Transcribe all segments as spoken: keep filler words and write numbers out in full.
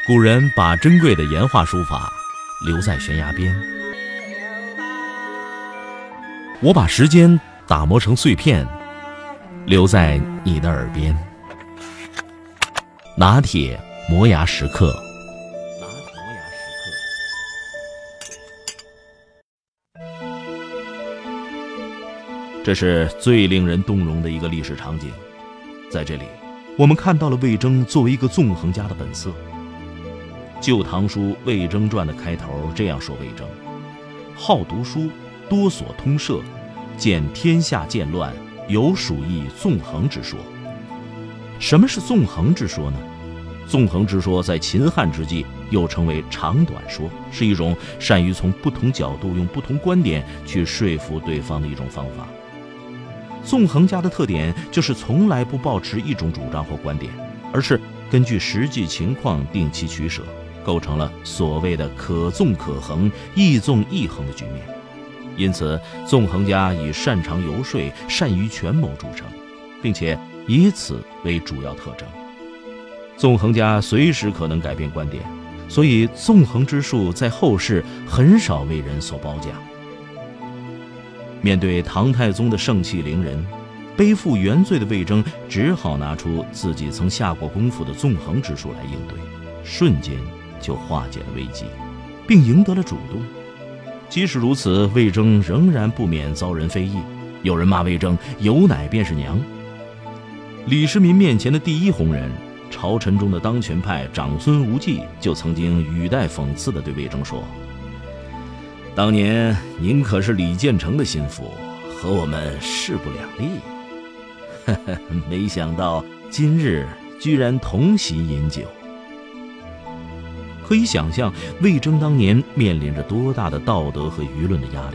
古人把珍贵的岩画书法留在悬崖边，我把时间打磨成碎片，留在你的耳边。拿铁磨牙时刻。这是最令人动容的一个历史场景，在这里我们看到了魏征作为一个纵横家的本色。《旧唐书·魏征传》的开头这样说魏征：好读书，多所通摄，见天下渐乱，有属意纵横之说。什么是纵横之说呢？纵横之说在秦汉之际又称为长短说，是一种善于从不同角度用不同观点去说服对方的一种方法。纵横家的特点就是从来不抱持一种主张或观点，而是根据实际情况定期取舍，构成了所谓的可纵可横、易纵易横的局面。因此，纵横家以擅长游说、善于权谋著称，并且以此为主要特征。纵横家随时可能改变观点，所以纵横之术在后世很少为人所褒奖。面对唐太宗的盛气凌人，背负原罪的魏征只好拿出自己曾下过功夫的纵横之术来应对，瞬间就化解了危机，并赢得了主动。即使如此，魏征仍然不免遭人非议，有人骂魏征有奶便是娘。李世民面前的第一红人，朝臣中的当权派长孙无忌就曾经语带讽刺地对魏征说：当年您可是李建成的心腹，和我们势不两立，呵呵，没想到今日居然同席饮酒。可以想象魏征当年面临着多大的道德和舆论的压力。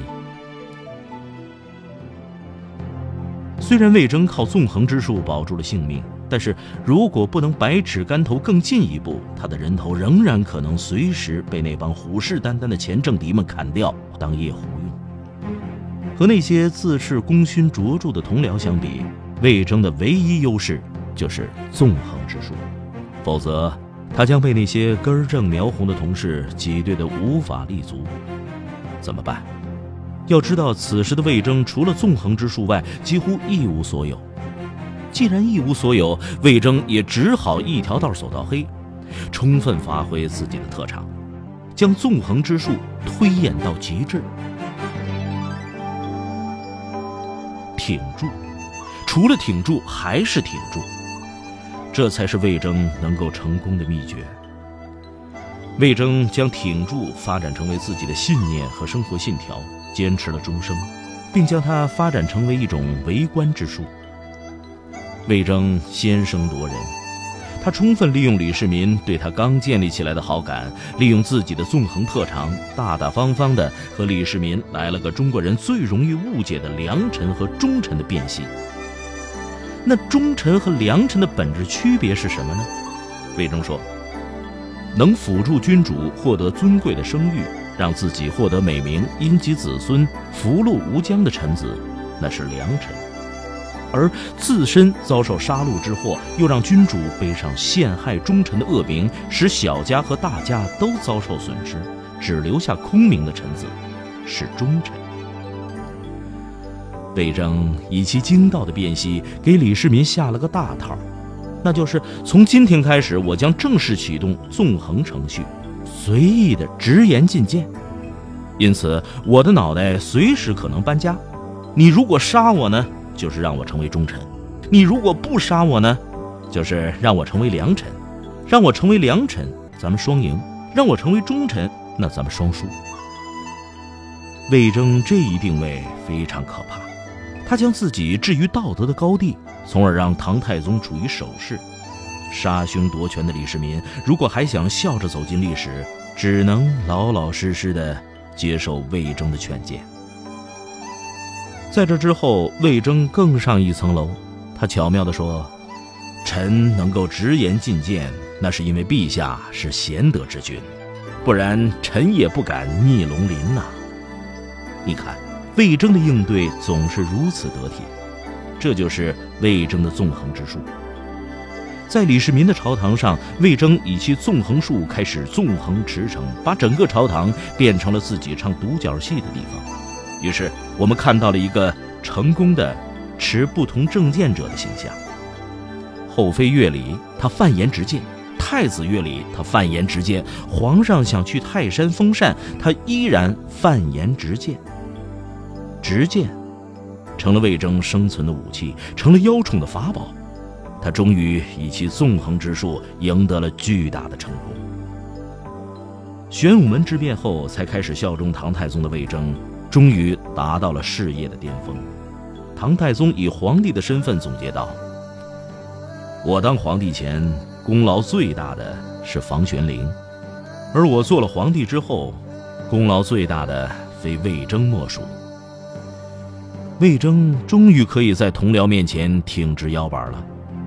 虽然魏征靠纵横之术保住了性命，但是如果不能百尺竿头更进一步，他的人头仍然可能随时被那帮虎视眈眈的前政敌们砍掉当夜壶用。和那些自恃功勋卓著的同僚相比，魏征的唯一优势就是纵横之术，否则他将被那些根正苗红的同事挤兑得无法立足。怎么办？要知道，此时的魏征除了纵横之术外，几乎一无所有。既然一无所有，魏征也只好一条道走到黑，充分发挥自己的特长，将纵横之术推演到极致。挺住，除了挺住还是挺住，这才是魏征能够成功的秘诀。魏征将挺住发展成为自己的信念和生活信条，坚持了终生，并将它发展成为一种为官之术。魏征先声夺人，他充分利用李世民对他刚建立起来的好感，利用自己的纵横特长，大大方方地和李世民来了个中国人最容易误解的良臣和忠臣的辨析。那忠臣和良臣的本质区别是什么呢？魏征说，能辅助君主获得尊贵的声誉，让自己获得美名，荫及子孙，福禄无疆的臣子，那是良臣；而自身遭受杀戮之祸，又让君主背上陷害忠臣的恶名，使小家和大家都遭受损失，只留下空名的臣子，是忠臣。魏征以其精到的辨析，给李世民下了个大套，那就是从今天开始，我将正式启动纵横程序，随意的直言进谏。因此，我的脑袋随时可能搬家。你如果杀我呢，就是让我成为忠臣；你如果不杀我呢，就是让我成为良臣。让我成为良臣，咱们双赢；让我成为忠臣，那咱们双输。魏征这一定位非常可怕，他将自己置于道德的高地，从而让唐太宗处于守势。杀兄夺权的李世民，如果还想笑着走进历史，只能老老实实的接受魏征的劝谏。在这之后，魏征更上一层楼，他巧妙地说，臣能够直言进谏，那是因为陛下是贤德之君，不然臣也不敢逆龙鳞呐、啊。你看，魏征的应对总是如此得体，这就是魏征的纵横之术。 在李世民的朝堂上，魏征以其纵横术开始纵横驰骋，把整个朝堂变成了自己唱独角戏的地方。于是我们看到了一个成功的持不同政见者的形象。后妃乐理他犯言直谏，太子乐理他犯言直谏，皇上想去泰山封禅，他依然犯言直谏。直谏成了魏征生存的武器，成了妖宠的法宝。他终于以其纵横之术赢得了巨大的成功。玄武门之变后才开始效忠唐太宗的魏征，终于达到了事业的巅峰。唐太宗以皇帝的身份总结道：我当皇帝前，功劳最大的是房玄龄，而我做了皇帝之后，功劳最大的非魏征莫属。魏征终于可以在同僚面前挺直腰板了。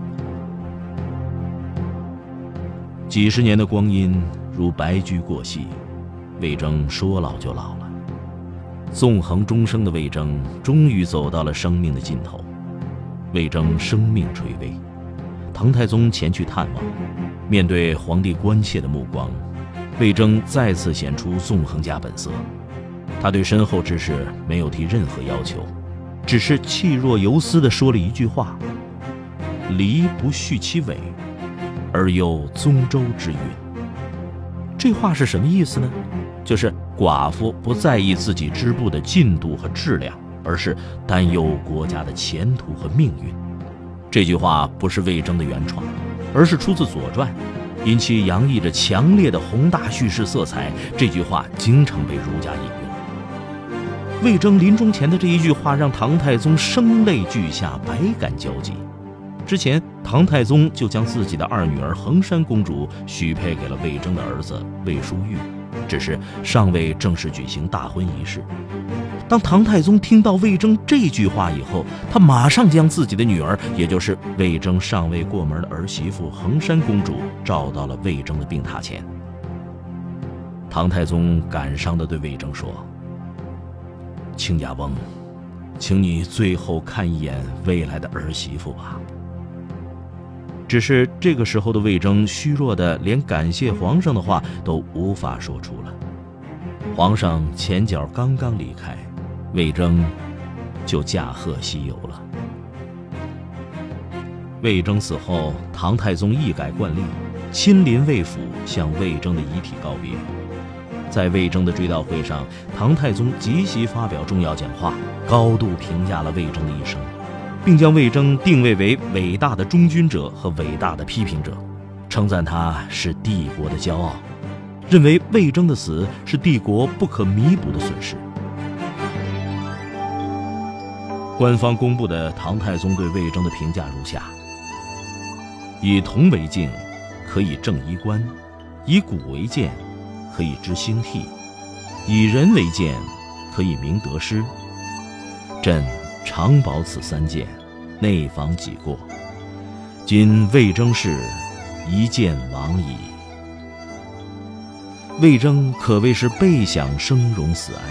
几十年的光阴如白驹过隙，魏征说老就老了。纵横终生的魏征终于走到了生命的尽头。魏征生命垂危，唐太宗前去探望，面对皇帝关切的目光，魏征再次显出纵横家本色。他对身后之事没有提任何要求，只是气若游丝地说了一句话：离不续其尾，而有宗周之韵。这话是什么意思呢？就是寡妇不在意自己织布的进度和质量，而是担忧国家的前途和命运。这句话不是魏征的原创，而是出自《左传》，因其洋溢着强烈的宏大叙事色彩，这句话经常被儒家引用。魏征临终前的这一句话让唐太宗声泪俱下，百感交集。之前唐太宗就将自己的二女儿衡山公主许配给了魏征的儿子魏书玉，只是尚未正式举行大婚仪式。当唐太宗听到魏征这句话以后，他马上将自己的女儿，也就是魏征尚未过门的儿媳妇衡山公主召到了魏征的病榻前。唐太宗感伤地对魏征说：亲家翁，请你最后看一眼未来的儿媳妇吧。只是这个时候的魏征虚弱的连感谢皇上的话都无法说出了。皇上前脚刚刚离开，魏征就驾鹤西游了。魏征死后，唐太宗一改惯例，亲临魏府向魏征的遗体告别。在魏征的追悼会上，唐太宗即席发表重要讲话，高度评价了魏征的一生，并将魏征定位为伟大的忠君者和伟大的批评者，称赞他是帝国的骄傲，认为魏征的死是帝国不可弥补的损失。官方公布的唐太宗对魏征的评价如下：以铜为镜，可以正衣冠；以古为鉴，可以知兴替；以人为鉴，可以明得失。朕常保此三件，内防己过。今魏征事，一剑亡矣。魏征可谓是背享生荣死哀。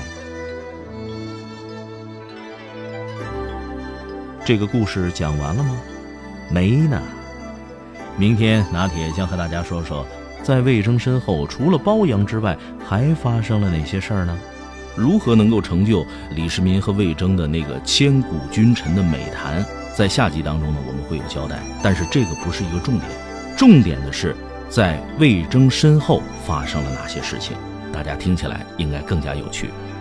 这个故事讲完了吗？没呢。明天拿铁将和大家说说，在魏征身后除了包养之外，还发生了哪些事儿呢？如何能够成就李世民和魏征的那个千古君臣的美谈，在下集当中呢，我们会有交代。但是这个不是一个重点，重点的是在魏征身后发生了哪些事情，大家听起来应该更加有趣。